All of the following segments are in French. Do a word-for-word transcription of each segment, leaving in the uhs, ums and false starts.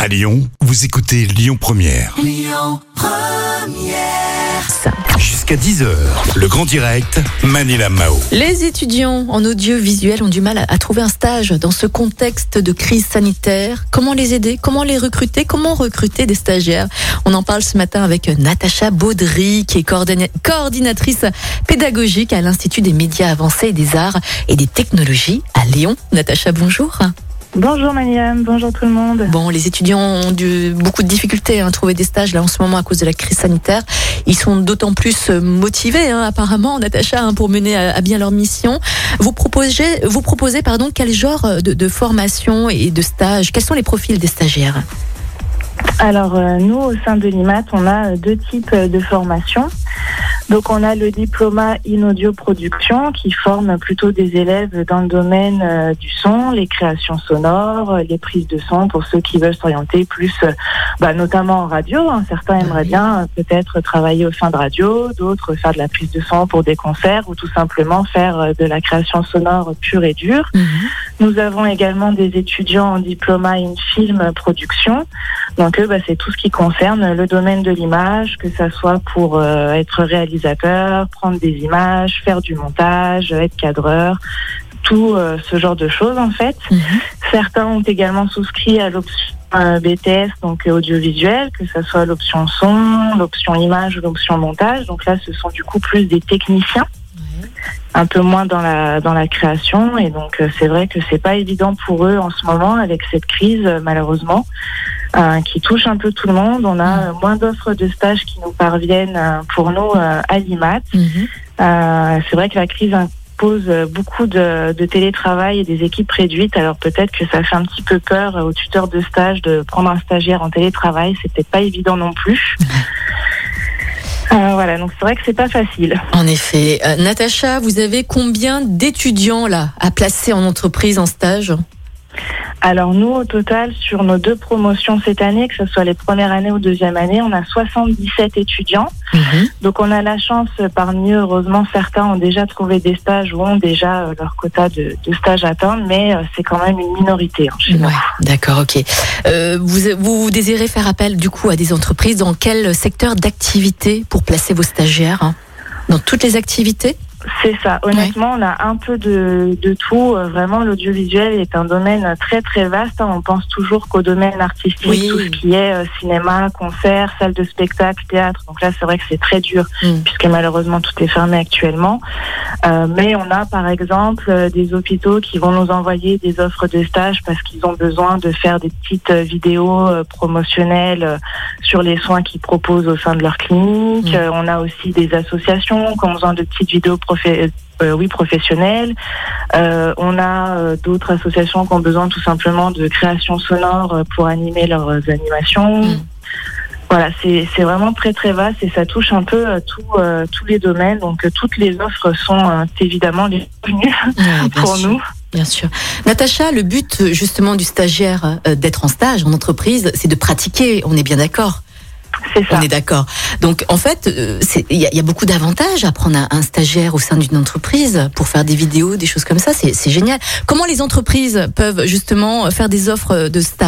À Lyon, vous écoutez Lyon Première. Lyon Première. Jusqu'à dix heures, le grand direct, Manila Mao. Les étudiants en audiovisuel ont du mal à trouver un stage dans ce contexte de crise sanitaire. Comment les aider? Comment les recruter? Comment recruter des stagiaires? On en parle ce matin avec Natacha Baudry, qui est coordonna- coordinatrice pédagogique à l'Institut des médias avancés et des arts et des technologies à Lyon. Natacha, bonjour. Bonjour Maniam, bonjour tout le monde. Bon, les étudiants ont du, beaucoup de difficultés hein, à trouver des stages là en ce moment à cause de la crise sanitaire. Ils sont d'autant plus motivés hein, apparemment, Natacha, hein, pour mener à, à bien leur mission. Vous proposez, vous proposez pardon, quel genre de, de formation et de stage? Quels sont les profils des stagiaires? Alors euh, nous, au sein de l'I M A T, on a deux types de formations. Donc on a le diplôme in audio production qui forme plutôt des élèves dans le domaine euh, du son, les créations sonores, les prises de son pour ceux qui veulent s'orienter plus, euh, bah, notamment en radio. Hein. Certains aimeraient bien euh, peut-être travailler au sein de radio, d'autres faire de la prise de son pour des concerts ou tout simplement faire euh, de la création sonore pure et dure. Mm-hmm. Nous avons également des étudiants en diplôme in film production. Donc eux, bah, c'est tout ce qui concerne le domaine de l'image, que ça soit pour euh, être réalisateur, prendre des images, faire du montage, être cadreur, tout euh, ce genre de choses en fait. Mmh. Certains ont également souscrit à l'option euh, B T S, donc audiovisuel, que ça soit l'option son, l'option image ou l'option montage. Donc là, ce sont du coup plus des techniciens. Un peu moins dans la dans la création, et donc euh, c'est vrai que c'est pas évident pour eux en ce moment avec cette crise euh, malheureusement euh, qui touche un peu tout le monde. On a euh, moins d'offres de stages qui nous parviennent euh, pour nous euh, à l'I M A T. Mm-hmm. Euh, c'est vrai que la crise impose beaucoup de, de télétravail et des équipes réduites. Alors peut-être que ça fait un petit peu peur aux tuteurs de stage de prendre un stagiaire en télétravail. C'est peut-être pas évident non plus. Euh, voilà, donc c'est vrai que c'est pas facile. En effet. Euh, Natacha, vous avez combien d'étudiants là à placer en entreprise en stage? Alors nous, au total, sur nos deux promotions cette année, que ce soit les premières années ou deuxième année, on a soixante-dix-sept étudiants. Mmh. Donc on a la chance, parmi eux, heureusement, certains ont déjà trouvé des stages ou ont déjà euh, leur quota de, de stages à atteindre, mais euh, c'est quand même une minorité hein, chez ouais, nous. D'accord, ok. Euh, vous, vous désirez faire appel du coup à des entreprises dans quel secteur d'activité pour placer vos stagiaires hein? Dans toutes les activités? C'est ça. Honnêtement, ouais. On a un peu de, de tout. Vraiment, l'audiovisuel est un domaine très, très vaste. On pense toujours qu'au domaine artistique, oui. Tout ce qui est euh, cinéma, concert, salle de spectacle, théâtre. Donc là, c'est vrai que c'est très dur, mm. puisque malheureusement, tout est fermé actuellement. Euh, mais on a, par exemple, euh, des hôpitaux qui vont nous envoyer des offres de stage parce qu'ils ont besoin de faire des petites euh, vidéos euh, promotionnelles euh, sur les soins qu'ils proposent au sein de leur clinique. Mm. Euh, on a aussi des associations qui ont besoin de petites vidéos promotionnelles. Euh, oui, professionnels. Euh, on a euh, d'autres associations qui ont besoin tout simplement de création sonore euh, pour animer leurs euh, animations. Mmh. Voilà, c'est, c'est vraiment très très vaste et ça touche un peu euh, tout, euh, tous les domaines. Donc euh, toutes les offres sont euh, évidemment les bienvenues ouais, pour sûr. nous. Bien sûr. Natacha, le but justement du stagiaire euh, d'être en stage en entreprise, c'est de pratiquer, on est bien d'accord? C'est ça. On est d'accord. Donc, en fait, il y, y a beaucoup d'avantages à prendre un, un stagiaire au sein d'une entreprise pour faire des vidéos, des choses comme ça. C'est, c'est génial. Comment les entreprises peuvent justement faire des offres de stage ?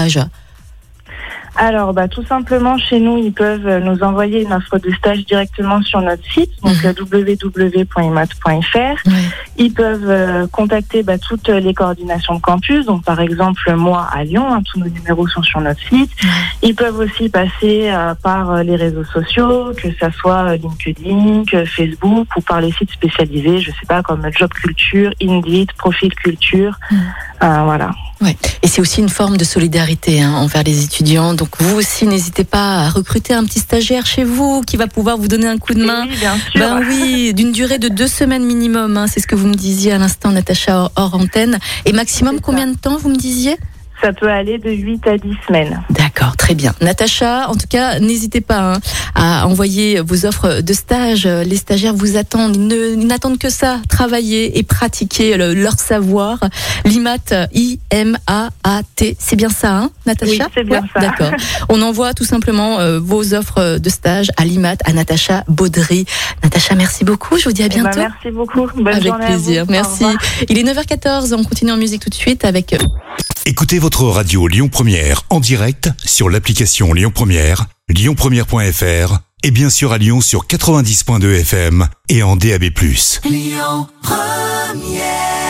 Alors, bah, tout simplement, chez nous, ils peuvent nous envoyer une offre de stage directement sur notre site, donc mmh. w w w point i m a t point f r. Mmh. Ils peuvent euh, contacter bah, toutes les coordinations de campus, donc par exemple, moi à Lyon, hein, tous nos numéros sont sur notre site. Mmh. Ils peuvent aussi passer euh, par les réseaux sociaux, que ça soit LinkedIn, que Facebook, ou par les sites spécialisés, je sais pas, comme Job Culture, Indeed, Profil Culture, mmh. euh, voilà. Ouais. Et c'est aussi une forme de solidarité hein, envers les étudiants. Donc vous aussi, n'hésitez pas à recruter un petit stagiaire chez vous qui va pouvoir vous donner un coup de main. Oui, bien sûr. Ben oui, d'une durée de deux semaines minimum. Hein, c'est ce que vous me disiez à l'instant, Natacha, hors, hors antenne. Et maximum, combien de temps vous me disiez ? Ça peut aller de huit à dix semaines. D'accord, très bien. Natacha, en tout cas, n'hésitez pas hein, à envoyer vos offres de stage. Les stagiaires vous attendent. Ils, ne, ils n'attendent que ça, travailler et pratiquer le, leur savoir. L'I M A T, I M A A T, c'est bien ça, hein, Natacha ? Oui, c'est bien ouais, ça. D'accord. On envoie tout simplement euh, vos offres de stage à l'I M A T, à Natacha Baudry. Natacha, merci beaucoup. Je vous dis à bientôt. Eh ben, merci beaucoup. Bonne avec journée plaisir. À vous. Merci. Il est neuf heures quatorze. On continue en musique tout de suite avec... Écoutez votre radio Lyon Première en direct sur l'application Lyon Première, lyon première point f r et bien sûr à Lyon sur quatre-vingt-dix point deux F M et en D A B plus. Lyon Première.